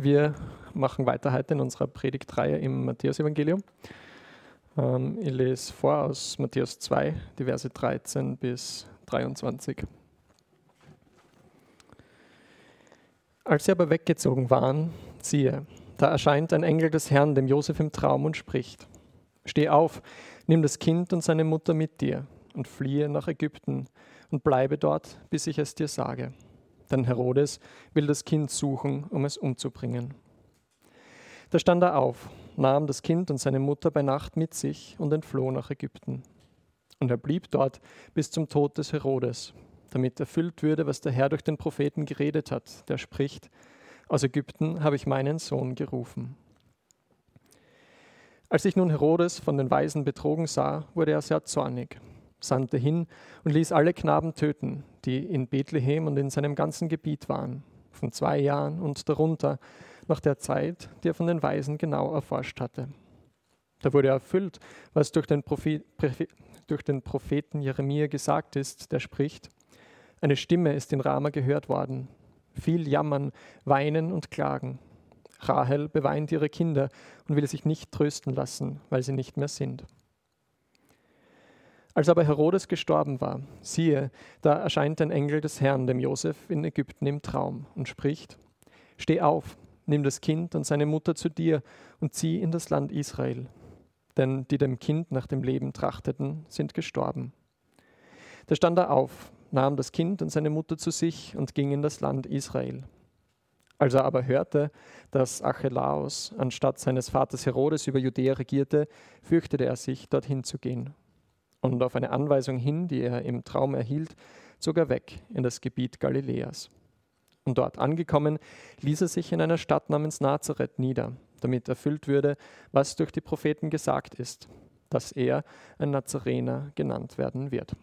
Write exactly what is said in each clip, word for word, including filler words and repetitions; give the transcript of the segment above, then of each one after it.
Wir machen weiter heute in unserer Predigtreihe im Matthäus-Evangelium. Ähm, ich lese vor aus Matthäus zwei, die Verse dreizehn bis dreiundzwanzig. Als sie aber weggezogen waren, siehe, da erscheint ein Engel des Herrn dem Josef im Traum und spricht: Steh auf, nimm das Kind und seine Mutter mit dir und fliehe nach Ägypten und bleibe dort, bis ich es dir sage. Denn Herodes will das Kind suchen, um es umzubringen. Da stand er auf, nahm das Kind und seine Mutter bei Nacht mit sich und entfloh nach Ägypten. Und er blieb dort bis zum Tod des Herodes, damit erfüllt würde, was der Herr durch den Propheten geredet hat, der spricht: Aus Ägypten habe ich meinen Sohn gerufen. Als sich nun Herodes von den Weisen betrogen sah, wurde er sehr zornig, sandte hin und ließ alle Knaben töten, die in Bethlehem und in seinem ganzen Gebiet waren, von zwei Jahren und darunter, nach der Zeit, die er von den Weisen genau erforscht hatte. Da wurde erfüllt, was durch den, Prophet, durch den Propheten Jeremia gesagt ist, der spricht: Eine Stimme ist in Rama gehört worden, viel Jammern, Weinen und Klagen. Rahel beweint ihre Kinder und will sich nicht trösten lassen, weil sie nicht mehr sind. Als aber Herodes gestorben war, siehe, da erscheint ein Engel des Herrn dem Josef in Ägypten im Traum und spricht: Steh auf, nimm das Kind und seine Mutter zu dir und zieh in das Land Israel. Denn die dem Kind nach dem Leben trachteten, sind gestorben. Da stand er auf, nahm das Kind und seine Mutter zu sich und ging in das Land Israel. Als er aber hörte, dass Archelaus anstatt seines Vaters Herodes über Judäa regierte, fürchtete er sich, dorthin zu gehen. Und auf eine Anweisung hin, die er im Traum erhielt, zog er weg in das Gebiet Galiläas. Und dort angekommen, ließ er sich in einer Stadt namens Nazareth nieder, damit erfüllt würde, was durch die Propheten gesagt ist, dass er ein Nazarener genannt werden wird.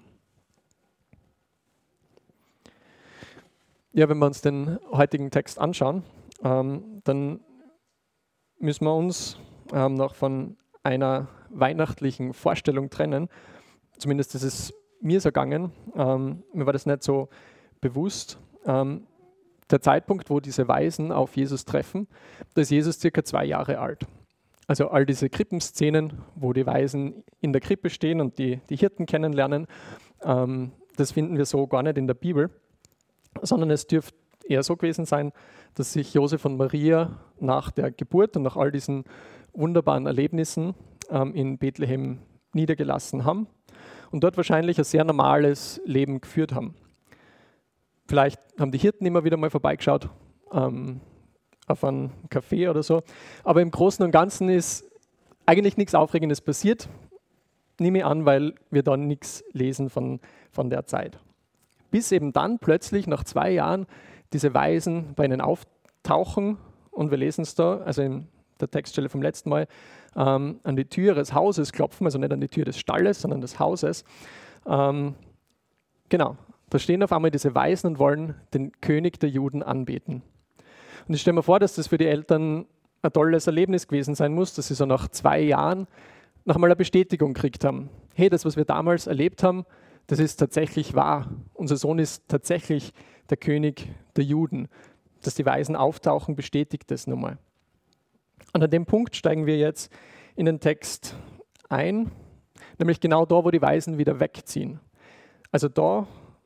Ja, wenn wir uns den heutigen Text anschauen, ähm, dann müssen wir uns ähm, noch von einer weihnachtlichen Vorstellung trennen. Zumindest ist es mir so gegangen. Ähm, mir war das nicht so bewusst. Ähm, der Zeitpunkt, wo diese Weisen auf Jesus treffen, da ist Jesus circa zwei Jahre alt. Also all diese Krippenszenen, wo die Weisen in der Krippe stehen und die, die Hirten kennenlernen, ähm, das finden wir so gar nicht in der Bibel, sondern es dürfte eher so gewesen sein, dass sich Josef und Maria nach der Geburt und nach all diesen wunderbaren Erlebnissen ähm, in Bethlehem niedergelassen haben und dort wahrscheinlich ein sehr normales Leben geführt haben. Vielleicht haben die Hirten immer wieder mal vorbeigeschaut ähm, auf einen Café oder so, aber im Großen und Ganzen ist eigentlich nichts Aufregendes passiert, nehme ich an, weil wir da nichts lesen von, von der Zeit. Bis eben dann plötzlich nach zwei Jahren diese Weisen bei ihnen auftauchen und wir lesen es da, also in der Textstelle vom letzten Mal, ähm, an die Tür des Hauses klopfen, also nicht an die Tür des Stalles, sondern des Hauses. Ähm, genau, da stehen auf einmal diese Weisen und wollen den König der Juden anbeten. Und ich stelle mir vor, dass das für die Eltern ein tolles Erlebnis gewesen sein muss, dass sie so nach zwei Jahren noch einmal eine Bestätigung gekriegt haben. Hey, das, was wir damals erlebt haben, das ist tatsächlich wahr. Unser Sohn ist tatsächlich der König der Juden. Dass die Weisen auftauchen, bestätigt das nochmal. Und an dem Punkt steigen wir jetzt in den Text ein, nämlich genau da, wo die Weisen wieder wegziehen. Also da,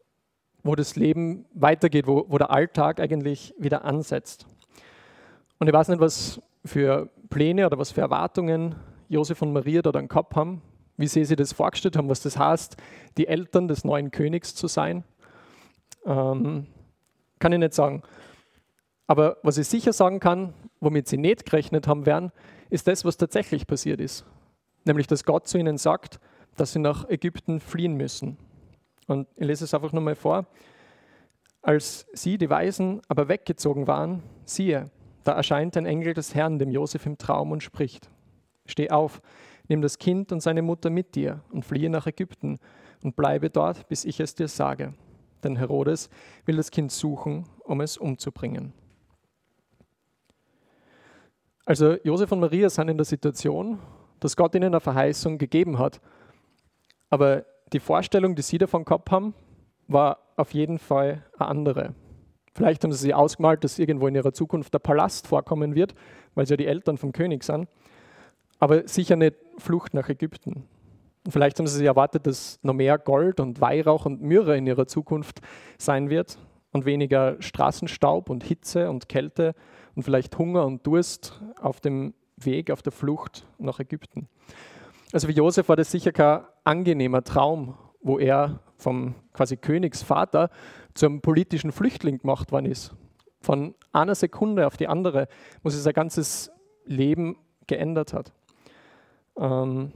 wo das Leben weitergeht, wo, wo der Alltag eigentlich wieder ansetzt. Und ich weiß nicht, was für Pläne oder was für Erwartungen Josef und Maria da dann gehabt haben, wie sie sich das vorgestellt haben, was das heißt, die Eltern des neuen Königs zu sein. Ähm, kann ich nicht sagen. Aber was ich sicher sagen kann, womit sie nicht gerechnet haben werden, ist das, was tatsächlich passiert ist. Nämlich, dass Gott zu ihnen sagt, dass sie nach Ägypten fliehen müssen. Und ich lese es einfach nochmal vor. Als sie, die Weisen, aber weggezogen waren, siehe, da erscheint ein Engel des Herrn dem Josef im Traum und spricht: Steh auf, nimm das Kind und seine Mutter mit dir und fliehe nach Ägypten und bleibe dort, bis ich es dir sage. Denn Herodes will das Kind suchen, um es umzubringen. Also Josef und Maria sind in der Situation, dass Gott ihnen eine Verheißung gegeben hat. Aber die Vorstellung, die sie davon gehabt haben, war auf jeden Fall eine andere. Vielleicht haben sie sich ausgemalt, dass irgendwo in ihrer Zukunft der Palast vorkommen wird, weil sie ja die Eltern vom König sind. Aber sicher nicht Flucht nach Ägypten. Und vielleicht haben sie sich erwartet, dass noch mehr Gold und Weihrauch und Myrrhe in ihrer Zukunft sein wird und weniger Straßenstaub und Hitze und Kälte und vielleicht Hunger und Durst auf dem Weg, auf der Flucht nach Ägypten. Also für Josef war das sicher kein angenehmer Traum, wo er vom quasi Königsvater zum politischen Flüchtling gemacht worden ist. Von einer Sekunde auf die andere, wo sich sein ganzes Leben geändert hat. Ähm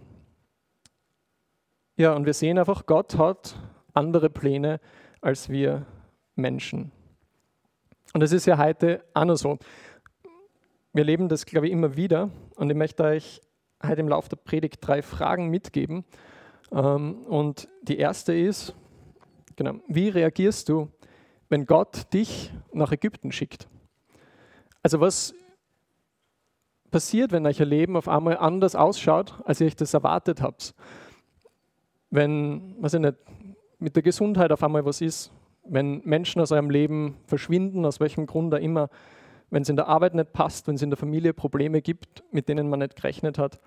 ja, und wir sehen einfach, Gott hat andere Pläne als wir Menschen. Und das ist ja heute auch noch so. Wir erleben das, glaube ich, immer wieder. Und ich möchte euch heute im Laufe der Predigt drei Fragen mitgeben. Und die erste ist, genau, wie reagierst du, wenn Gott dich nach Ägypten schickt? Also was passiert, wenn euer Leben auf einmal anders ausschaut, als ihr euch das erwartet habt? Wenn, weiß ich nicht, mit der Gesundheit auf einmal was ist, wenn Menschen aus eurem Leben verschwinden, aus welchem Grund auch immer, wenn es in der Arbeit nicht passt, wenn es in der Familie Probleme gibt, mit denen man nicht gerechnet hat.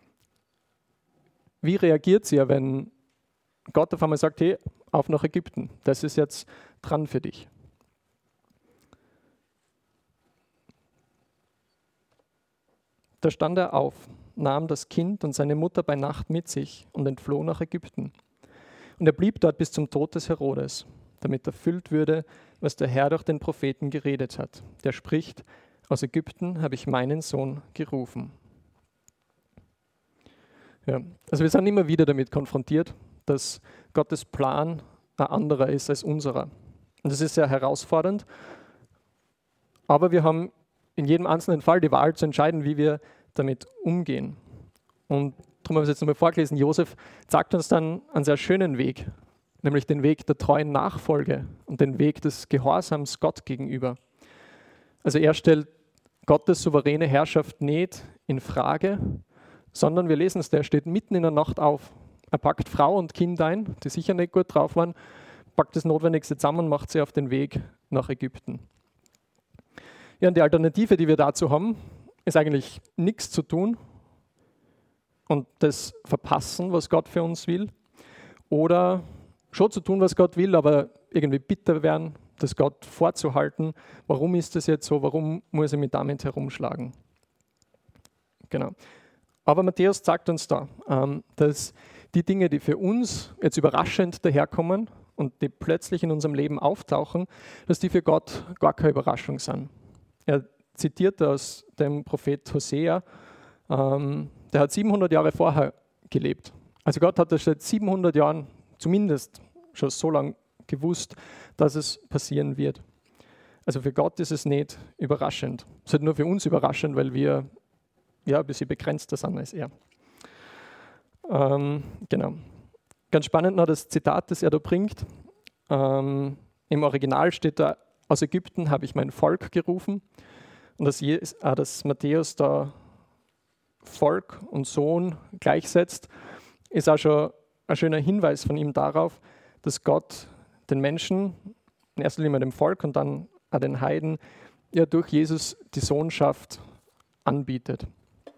Wie reagiert ihr, wenn Gott auf einmal sagt, hey, auf nach Ägypten, das ist jetzt dran für dich? Da stand er auf, nahm das Kind und seine Mutter bei Nacht mit sich und entfloh nach Ägypten. Und er blieb dort bis zum Tod des Herodes, damit erfüllt würde, was der Herr durch den Propheten geredet hat. Der spricht, aus Ägypten habe ich meinen Sohn gerufen. Ja, also wir sind immer wieder damit konfrontiert, dass Gottes Plan ein anderer ist als unserer. Und das ist sehr herausfordernd, aber wir haben in jedem einzelnen Fall die Wahl zu entscheiden, wie wir damit umgehen. Und darum habe ich es jetzt nochmal vorgelesen. Josef zeigt uns dann einen sehr schönen Weg, nämlich den Weg der treuen Nachfolge und den Weg des Gehorsams Gott gegenüber. Also er stellt Gottes souveräne Herrschaft nicht in Frage, sondern wir lesen es, der steht mitten in der Nacht auf. Er packt Frau und Kind ein, die sicher nicht gut drauf waren, packt das Notwendigste zusammen und macht sie auf den Weg nach Ägypten. Ja, und die Alternative, die wir dazu haben, ist eigentlich nichts zu tun und das verpassen, was Gott für uns will, oder schon zu tun, was Gott will, aber irgendwie bitter werden, das Gott vorzuhalten. Warum ist das jetzt so? Warum muss ich mich damit herumschlagen? Genau. Aber Matthäus sagt uns da, dass die Dinge, die für uns jetzt überraschend daherkommen und die plötzlich in unserem Leben auftauchen, dass die für Gott gar keine Überraschung sind. Er zitiert aus dem Prophet Hosea, ähm, der hat siebenhundert Jahre vorher gelebt. Also Gott hat das seit siebenhundert Jahren zumindest schon so lange gewusst, dass es passieren wird. Also für Gott ist es nicht überraschend. Es ist halt nur für uns überraschend, weil wir ja, ein bisschen begrenzter sind als er. Ähm, genau. Ganz spannend noch das Zitat, das er da bringt. Ähm, Im Original steht da, aus Ägypten habe ich mein Volk gerufen. Und dass, Je- äh, dass Matthäus da Volk und Sohn gleichsetzt, ist auch schon ein schöner Hinweis von ihm darauf, dass Gott den Menschen, in erster Linie dem Volk und dann auch den Heiden, ja durch Jesus die Sohnschaft anbietet.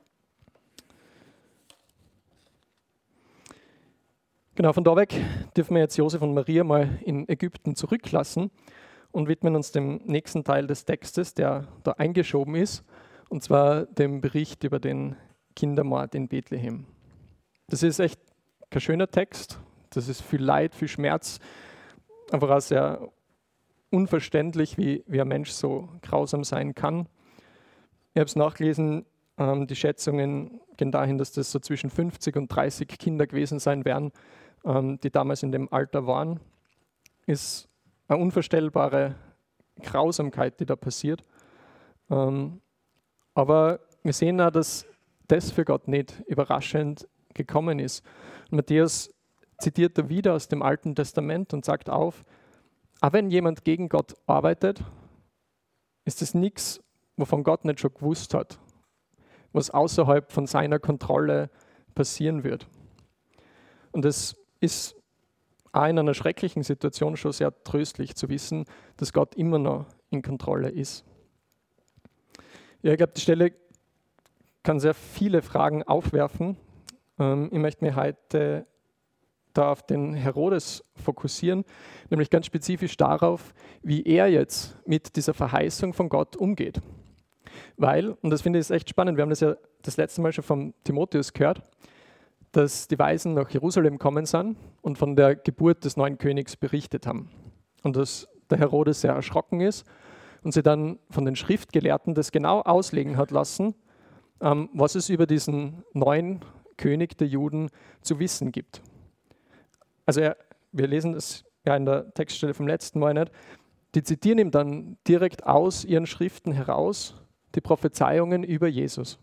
Genau, von da weg dürfen wir jetzt Josef und Maria mal in Ägypten zurücklassen und widmen uns dem nächsten Teil des Textes, der da eingeschoben ist, und zwar dem Bericht über den Kindermord in Bethlehem. Das ist echt kein schöner Text, das ist viel Leid, viel Schmerz, einfach auch sehr unverständlich, wie, wie ein Mensch so grausam sein kann. Ich habe es nachgelesen, ähm, die Schätzungen gehen dahin, dass das so zwischen fünfzig und dreißig Kinder gewesen sein werden, ähm, die damals in dem Alter waren. Ist eine unvorstellbare Grausamkeit, die da passiert. Ähm, aber wir sehen auch, dass das für Gott nicht überraschend gekommen ist. Und Matthäus zitiert da wieder aus dem Alten Testament und sagt auf, auch wenn jemand gegen Gott arbeitet, ist es nichts, wovon Gott nicht schon gewusst hat, was außerhalb von seiner Kontrolle passieren wird. Und es ist auch in einer schrecklichen Situation schon sehr tröstlich zu wissen, dass Gott immer noch in Kontrolle ist. Ja, ich glaube, die Stelle kann sehr viele Fragen aufwerfen. Ähm, ich möchte mich heute da auf den Herodes fokussieren, nämlich ganz spezifisch darauf, wie er jetzt mit dieser Verheißung von Gott umgeht. Weil, und das finde ich echt spannend, wir haben das ja das letzte Mal schon vom Timotheus gehört, dass die Weisen nach Jerusalem gekommen sind und von der Geburt des neuen Königs berichtet haben. Und dass der Herodes sehr erschrocken ist und sie dann von den Schriftgelehrten das genau auslegen hat lassen, ähm, was es über diesen neuen König der Juden zu wissen gibt. Also er, wir lesen das ja in der Textstelle vom letzten Mal nicht, die zitieren ihm dann direkt aus ihren Schriften heraus die Prophezeiungen über Jesus.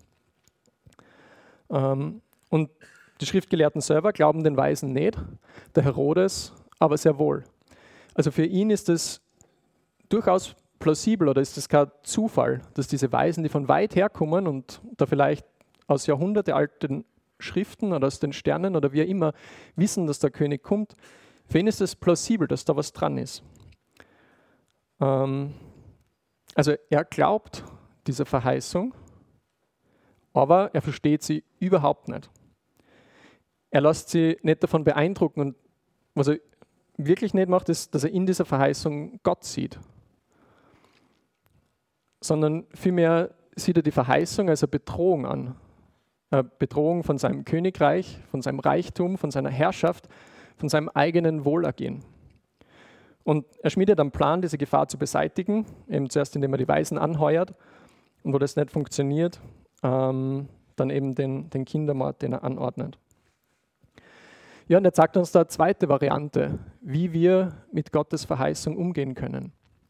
Ähm, und die Schriftgelehrten selber glauben den Weisen nicht, der Herodes aber sehr wohl. Also für ihn ist es durchaus plausibel oder ist es kein Zufall, dass diese Weisen, die von weit her kommen und da vielleicht aus jahrhundertealten Schriften oder aus den Sternen oder wie auch immer wissen, dass der König kommt, für ihn ist es plausibel, dass da was dran ist. Ähm, also er glaubt dieser Verheißung, aber er versteht sie überhaupt nicht. Er lässt sie nicht davon beeindrucken und was er wirklich nicht macht, ist, dass er in dieser Verheißung Gott sieht, sondern vielmehr sieht er die Verheißung als eine Bedrohung an. Eine Bedrohung von seinem Königreich, von seinem Reichtum, von seiner Herrschaft, von seinem eigenen Wohlergehen. Und er schmiedet einen Plan, diese Gefahr zu beseitigen, eben zuerst indem er die Weisen anheuert und wo das nicht funktioniert, ähm, dann eben den, den Kindermord, den er anordnet. Ja, und er zeigt uns da eine zweite Variante, wie wir mit Gottes Verheißung umgehen können.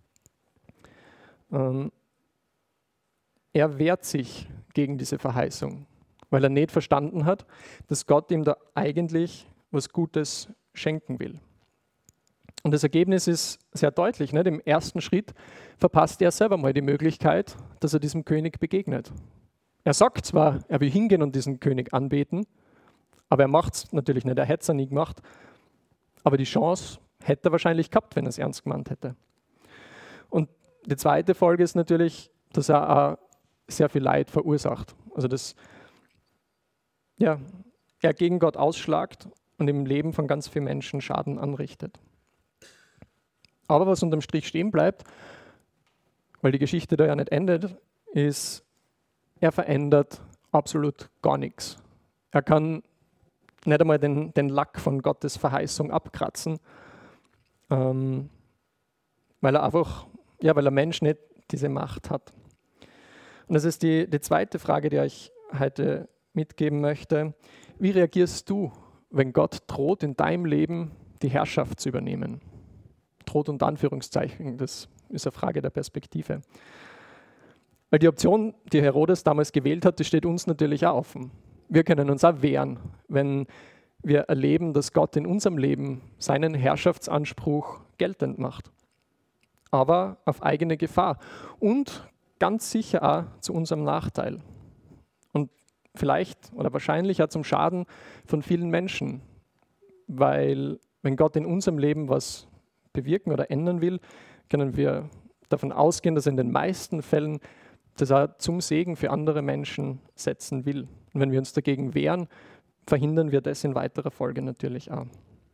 Ähm, er wehrt sich gegen diese Verheißung, weil er nicht verstanden hat, dass Gott ihm da eigentlich was Gutes schenken will. Und das Ergebnis ist sehr deutlich. Nicht? Im ersten Schritt verpasst er selber mal die Möglichkeit, dass er diesem König begegnet. Er sagt zwar, er will hingehen und diesen König anbeten, aber er macht es natürlich nicht. Er hätte es ja nie gemacht, aber die Chance hätte er wahrscheinlich gehabt, wenn er es ernst gemeint hätte. Und die zweite Folge ist natürlich, dass er auch sehr viel Leid verursacht. Also dass ja, er gegen Gott ausschlagt und im Leben von ganz vielen Menschen Schaden anrichtet. Aber was unterm Strich stehen bleibt, weil die Geschichte da ja nicht endet, ist, er verändert absolut gar nichts. Er kann nicht einmal den, den Lack von Gottes Verheißung abkratzen, ähm, weil er einfach, ja, weil der Mensch nicht diese Macht hat. Und das ist die, die zweite Frage, die ich heute mitgeben möchte. Wie reagierst du, wenn Gott droht, in deinem Leben die Herrschaft zu übernehmen? Droht unter Anführungszeichen, das ist eine Frage der Perspektive. Weil die Option, die Herodes damals gewählt hat, die steht uns natürlich auch offen. Wir können uns auch wehren, wenn wir erleben, dass Gott in unserem Leben seinen Herrschaftsanspruch geltend macht. Aber auf eigene Gefahr und ganz sicher auch zu unserem Nachteil. Und vielleicht oder wahrscheinlich auch zum Schaden von vielen Menschen. Weil wenn Gott in unserem Leben was bewirken oder ändern will, können wir davon ausgehen, dass er in den meisten Fällen das auch zum Segen für andere Menschen setzen will. Und wenn wir uns dagegen wehren, verhindern wir das in weiterer Folge natürlich auch.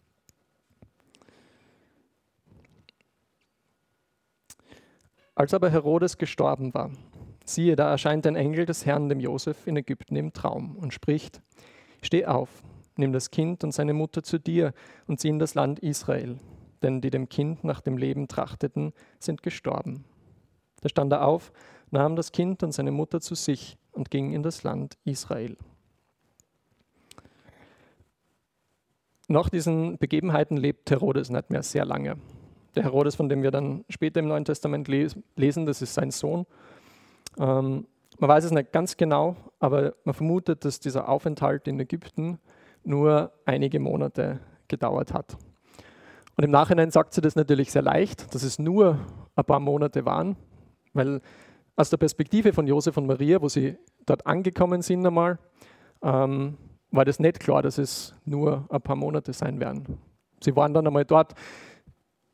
Als aber Herodes gestorben war, siehe, da erscheint ein Engel des Herrn dem Josef in Ägypten im Traum und spricht: Steh auf, nimm das Kind und seine Mutter zu dir und zieh in das Land Israel, denn die dem Kind nach dem Leben trachteten, sind gestorben. Da stand er auf, nahm das Kind und seine Mutter zu sich und ging in das Land Israel. Nach diesen Begebenheiten lebt Herodes nicht mehr sehr lange. Der Herodes, von dem wir dann später im Neuen Testament lesen, das ist sein Sohn. Ähm, man weiß es nicht ganz genau, aber man vermutet, dass dieser Aufenthalt in Ägypten nur einige Monate gedauert hat. Und im Nachhinein sagt sie das natürlich sehr leicht, dass es nur ein paar Monate waren, weil aus der Perspektive von Josef und Maria, wo sie dort angekommen sind einmal, ähm, war das nicht klar, dass es nur ein paar Monate sein werden. Sie waren dann einmal dort.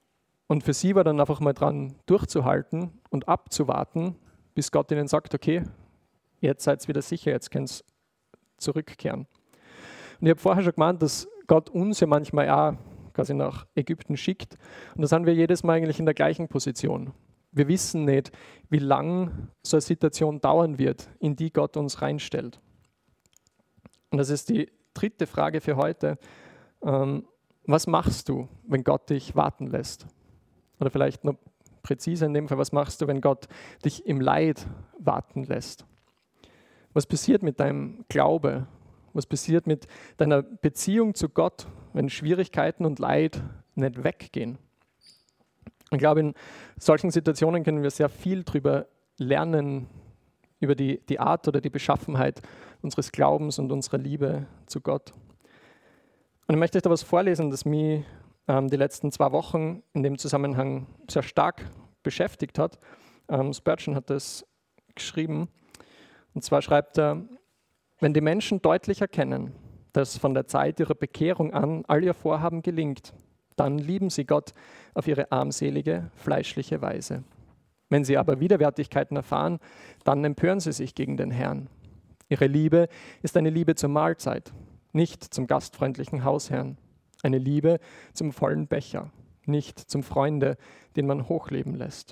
Und für sie war dann einfach mal dran durchzuhalten und abzuwarten, bis Gott ihnen sagt, okay, jetzt seid ihr wieder sicher, jetzt könnt ihr zurückkehren. Und ich habe vorher schon gemeint, dass Gott uns ja manchmal auch quasi nach Ägypten schickt. Und da sind wir jedes Mal eigentlich in der gleichen Position. Wir wissen nicht, wie lang so eine Situation dauern wird, in die Gott uns reinstellt. Und das ist die dritte Frage für heute. Ähm, was machst du, wenn Gott dich warten lässt? Oder vielleicht noch präziser in dem Fall, was machst du, wenn Gott dich im Leid warten lässt? Was passiert mit deinem Glaube? Was passiert mit deiner Beziehung zu Gott, wenn Schwierigkeiten und Leid nicht weggehen? Ich glaube, in solchen Situationen können wir sehr viel darüber lernen, über die, die Art oder die Beschaffenheit unseres Glaubens und unserer Liebe zu Gott. Und ich möchte euch da was vorlesen, das mich ähm, die letzten zwei Wochen in dem Zusammenhang sehr stark beschäftigt hat. Ähm, Spurgeon hat das geschrieben. Und zwar schreibt er: Wenn die Menschen deutlich erkennen, dass von der Zeit ihrer Bekehrung an all ihr Vorhaben gelingt, dann lieben sie Gott auf ihre armselige, fleischliche Weise. Wenn sie aber Widerwärtigkeiten erfahren, dann empören sie sich gegen den Herrn. Ihre Liebe ist eine Liebe zur Mahlzeit, nicht zum gastfreundlichen Hausherrn. Eine Liebe zum vollen Becher, nicht zum Freunde, den man hochleben lässt.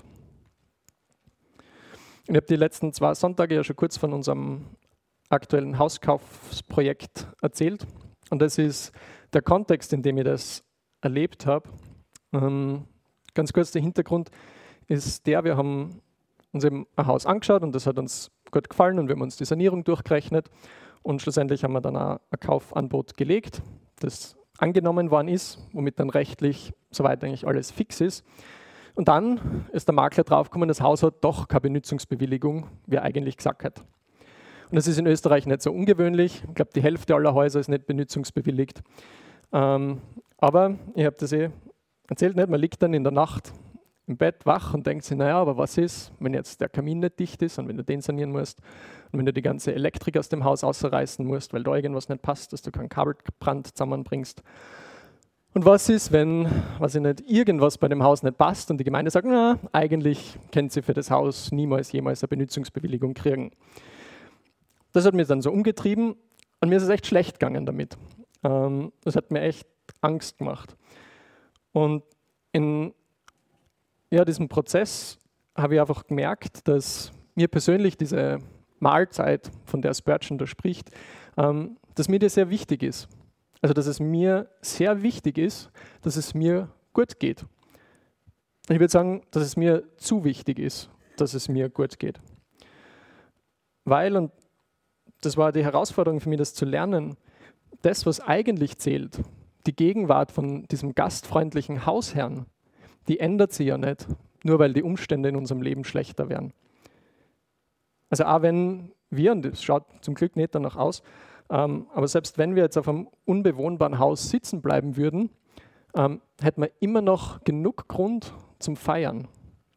Und ich habe die letzten zwei Sonntage ja schon kurz von unserem aktuellen Hauskaufsprojekt erzählt. Und das ist der Kontext, in dem ich das erlebt habe. Ähm, ganz kurz der Hintergrund ist der, wir haben uns eben ein Haus angeschaut und das hat uns gut gefallen und wir haben uns die Sanierung durchgerechnet und schlussendlich haben wir dann auch ein Kaufangebot gelegt, das angenommen worden ist, womit dann rechtlich soweit eigentlich alles fix ist. Und dann ist der Makler draufgekommen, das Haus hat doch keine Benutzungsbewilligung, wie er eigentlich gesagt hat. Und das ist in Österreich nicht so ungewöhnlich. Ich glaube, die Hälfte aller Häuser ist nicht benutzungsbewilligt. Ähm, aber ich habe das eh erzählt, nicht? Man liegt dann in der Nacht im Bett wach und denkt sich, naja, aber was ist, wenn jetzt der Kamin nicht dicht ist und wenn du den sanieren musst und wenn du die ganze Elektrik aus dem Haus ausreißen musst, weil da irgendwas nicht passt, dass du keinen Kabelbrand zusammenbringst. Und was ist, wenn, was ich nicht, irgendwas bei dem Haus nicht passt und die Gemeinde sagt, na, eigentlich können sie für das Haus niemals jemals eine Benutzungsbewilligung kriegen. Das hat mich dann so umgetrieben und mir ist es echt schlecht gegangen damit. Ähm, das hat mir echt Angst gemacht. Und in ja, diesem Prozess habe ich einfach gemerkt, dass mir persönlich diese Mahlzeit, von der Spurgeon da spricht, ähm, dass mir das sehr wichtig ist. Also dass es mir sehr wichtig ist, dass es mir gut geht. Ich würde sagen, dass es mir zu wichtig ist, dass es mir gut geht. Weil, und das war die Herausforderung für mich, das zu lernen, das, was eigentlich zählt, die Gegenwart von diesem gastfreundlichen Hausherrn, die ändert sich ja nicht, nur weil die Umstände in unserem Leben schlechter werden. Also auch wenn wir, und das schaut zum Glück nicht danach aus, ähm, aber selbst wenn wir jetzt auf einem unbewohnbaren Haus sitzen bleiben würden, ähm, hätten wir immer noch genug Grund zum Feiern.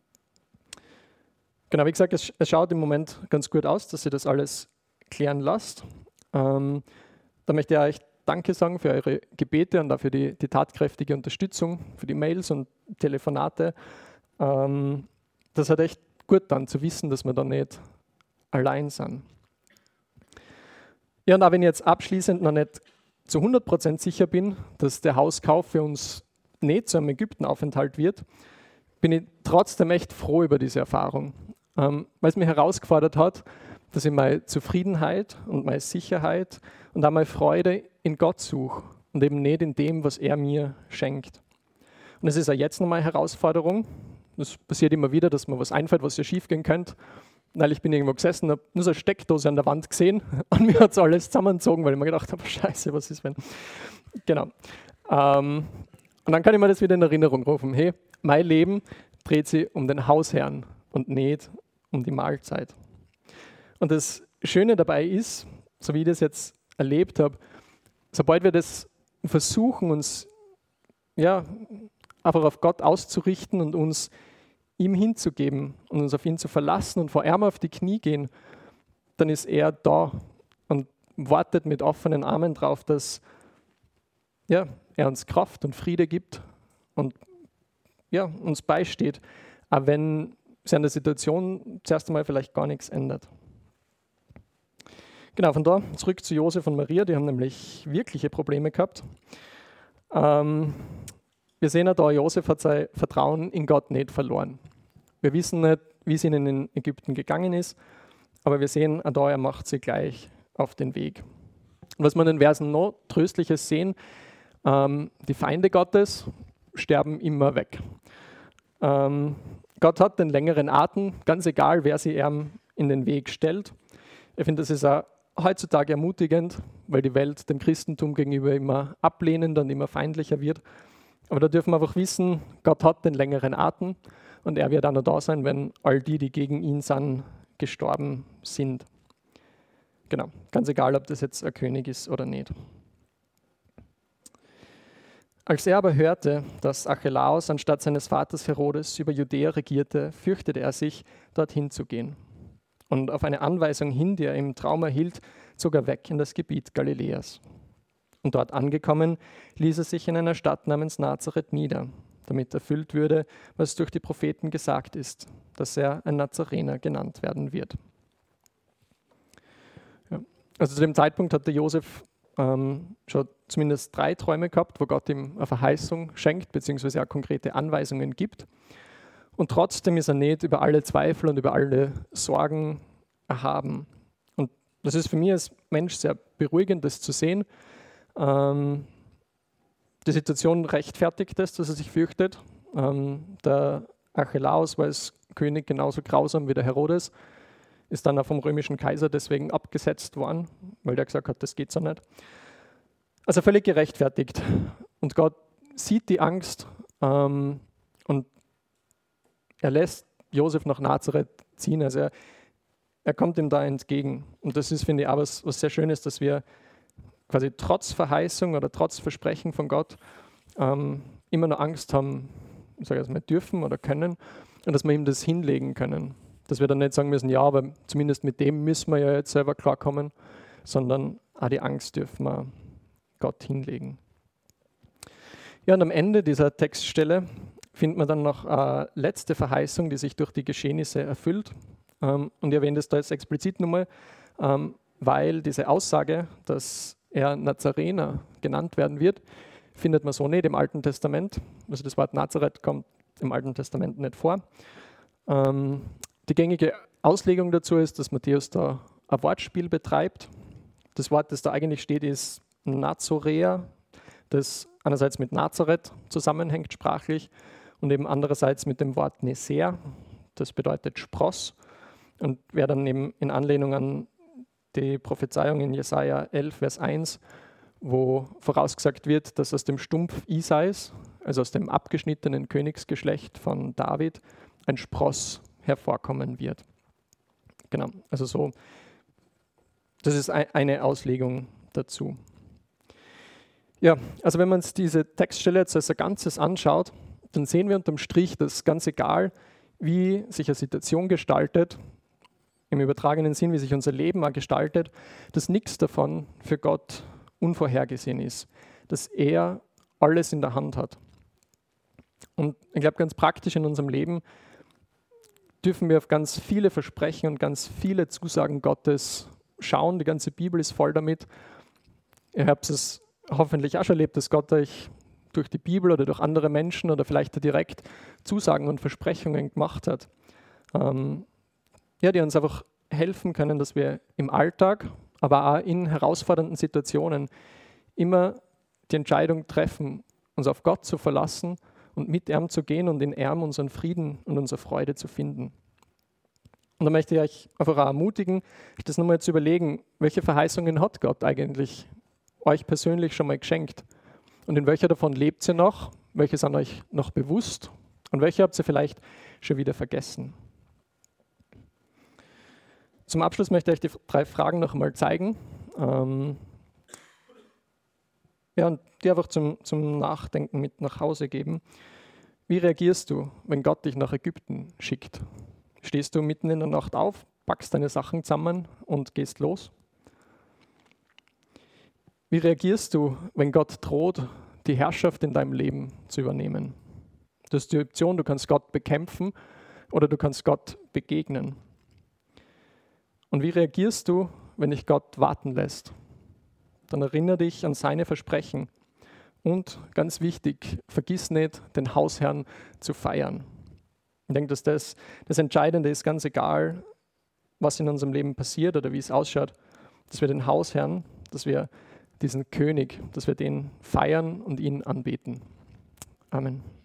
Genau, wie gesagt, es, es schaut im Moment ganz gut aus, dass ihr das alles klären lasst. Ähm, da möchte ich euch Danke sagen für eure Gebete und dafür die, die tatkräftige Unterstützung, für die Mails und Telefonate. Ähm, das hat echt gut dann zu wissen, dass wir da nicht allein sind. Ja, und auch wenn ich jetzt abschließend noch nicht zu hundert Prozent sicher bin, dass der Hauskauf für uns nicht zu einem Ägyptenaufenthalt wird, bin ich trotzdem echt froh über diese Erfahrung, ähm, weil es mich herausgefordert hat, dass ich meine Zufriedenheit und meine Sicherheit und auch meine Freude in Gott suche und eben nicht in dem, was er mir schenkt. Und es ist auch jetzt nochmal eine Herausforderung. Das passiert immer wieder, dass mir was einfällt, was ja schief gehen könnte. Weil ich bin irgendwo gesessen, habe nur so eine Steckdose an der Wand gesehen und mir hat es alles zusammengezogen, weil ich mir gedacht habe, scheiße, was ist wenn? Genau. Ähm, und dann kann ich mir das wieder in Erinnerung rufen. Hey, mein Leben dreht sich um den Hausherrn und nicht um die Mahlzeit. Und das Schöne dabei ist, so wie ich das jetzt erlebt habe, sobald wir das versuchen, uns ja, einfach auf Gott auszurichten und uns ihm hinzugeben und uns auf ihn zu verlassen und vor ihm auf die Knie gehen, dann ist er da und wartet mit offenen Armen drauf, dass ja, er uns Kraft und Friede gibt und ja, uns beisteht, auch wenn sich an der Situation zuerst einmal vielleicht gar nichts ändert. Genau, von da zurück zu Josef und Maria, die haben nämlich wirkliche Probleme gehabt. Ähm, wir sehen ja da, Josef hat sein Vertrauen in Gott nicht verloren. Wir wissen nicht, wie es ihnen in Ägypten gegangen ist, aber wir sehen auch da, er macht sie gleich auf den Weg. Und was wir in den Versen noch Tröstliches sehen, ähm, die Feinde Gottes sterben immer weg. Ähm, Gott hat den längeren Atem, ganz egal, wer sie ihm in den Weg stellt. Ich finde, das ist auch heutzutage ermutigend, weil die Welt dem Christentum gegenüber immer ablehnender und immer feindlicher wird. Aber da dürfen wir einfach wissen, Gott hat den längeren Atem und er wird auch noch da sein, wenn all die, die gegen ihn sind, gestorben sind. Genau, ganz egal, ob das jetzt ein König ist oder nicht. Als er aber hörte, dass Archelaus anstatt seines Vaters Herodes über Judäa regierte, fürchtete er sich, dorthin zu gehen. Und auf eine Anweisung hin, die er im Traum erhielt, zog er weg in das Gebiet Galiläas. Und dort angekommen, ließ er sich in einer Stadt namens Nazareth nieder, damit erfüllt würde, was durch die Propheten gesagt ist, dass er ein Nazarener genannt werden wird. Ja. Also zu dem Zeitpunkt hatte Josef ähm, schon zumindest drei Träume gehabt, wo Gott ihm eine Verheißung schenkt, beziehungsweise auch konkrete Anweisungen gibt. Und trotzdem ist er nicht über alle Zweifel und über alle Sorgen erhaben. Und das ist für mich als Mensch sehr beruhigend, das zu sehen. Ähm, die Situation rechtfertigt es, dass er sich fürchtet. Ähm, der Archelaus war als König genauso grausam wie der Herodes, ist dann auch vom römischen Kaiser deswegen abgesetzt worden, weil der gesagt hat, das geht so nicht. Also völlig gerechtfertigt. Und Gott sieht die Angst ähm, und er lässt Josef nach Nazareth ziehen, also er, er kommt ihm da entgegen. Und das ist, finde ich, auch was, was sehr schön ist, dass wir quasi trotz Verheißung oder trotz Versprechen von Gott ähm, immer noch Angst haben, ich sage jetzt mal, dürfen oder können und dass wir ihm das hinlegen können. Dass wir dann nicht sagen müssen, ja, aber zumindest mit dem müssen wir ja jetzt selber klarkommen, sondern auch die Angst dürfen wir Gott hinlegen. Ja, und am Ende dieser Textstelle findet man dann noch eine letzte Verheißung, die sich durch die Geschehnisse erfüllt. Ähm, und ich erwähne das da jetzt explizit nochmal, ähm, weil diese Aussage, dass er Nazarener genannt werden wird, findet man so nicht im Alten Testament. Also das Wort Nazareth kommt im Alten Testament nicht vor. Ähm, die gängige Auslegung dazu ist, dass Matthäus da ein Wortspiel betreibt. Das Wort, das da eigentlich steht, ist Nazoräer, das einerseits mit Nazareth zusammenhängt sprachlich und eben andererseits mit dem Wort Neser, das bedeutet Spross und wäre dann eben in Anlehnung an die Prophezeiung in Jesaja elf, Vers eins, wo vorausgesagt wird, dass aus dem Stumpf Isais, also aus dem abgeschnittenen Königsgeschlecht von David, ein Spross hervorkommen wird. Genau, also so, das ist eine Auslegung dazu. Ja, also wenn man uns diese Textstelle jetzt als ein Ganzes anschaut, dann sehen wir unterm Strich, dass ganz egal, wie sich eine Situation gestaltet, im übertragenen Sinn, wie sich unser Leben auch gestaltet, dass nichts davon für Gott unvorhergesehen ist, dass er alles in der Hand hat. Und ich glaube, ganz praktisch in unserem Leben dürfen wir auf ganz viele Versprechen und ganz viele Zusagen Gottes schauen. Die ganze Bibel ist voll damit. Ihr habt es hoffentlich auch schon erlebt, dass Gott euch durch die Bibel oder durch andere Menschen oder vielleicht direkt Zusagen und Versprechungen gemacht hat. Ähm, ja, die uns einfach helfen können, dass wir im Alltag, aber auch in herausfordernden Situationen immer die Entscheidung treffen, uns auf Gott zu verlassen und mit ihm zu gehen und in ihm unseren Frieden und unsere Freude zu finden. Und da möchte ich euch einfach auch ermutigen, das nochmal zu überlegen, welche Verheißungen hat Gott eigentlich euch persönlich schon mal geschenkt? Und in welcher davon lebt ihr noch? Welche sind euch noch bewusst? Und welche habt ihr vielleicht schon wieder vergessen? Zum Abschluss möchte ich euch die drei Fragen noch einmal zeigen. Ähm ja, und die einfach zum, zum Nachdenken mit nach Hause geben. Wie reagierst du, wenn Gott dich nach Ägypten schickt? Stehst du mitten in der Nacht auf, packst deine Sachen zusammen und gehst los? Wie reagierst du, wenn Gott droht, die Herrschaft in deinem Leben zu übernehmen? Du hast die Option, du kannst Gott bekämpfen oder du kannst Gott begegnen. Und wie reagierst du, wenn dich Gott warten lässt? Dann erinnere dich an seine Versprechen. Und ganz wichtig, vergiss nicht, den Hausherrn zu feiern. Ich denke, dass das das Entscheidende ist, ganz egal, was in unserem Leben passiert oder wie es ausschaut, dass wir den Hausherrn, dass wir diesen König, dass wir den feiern und ihn anbeten. Amen.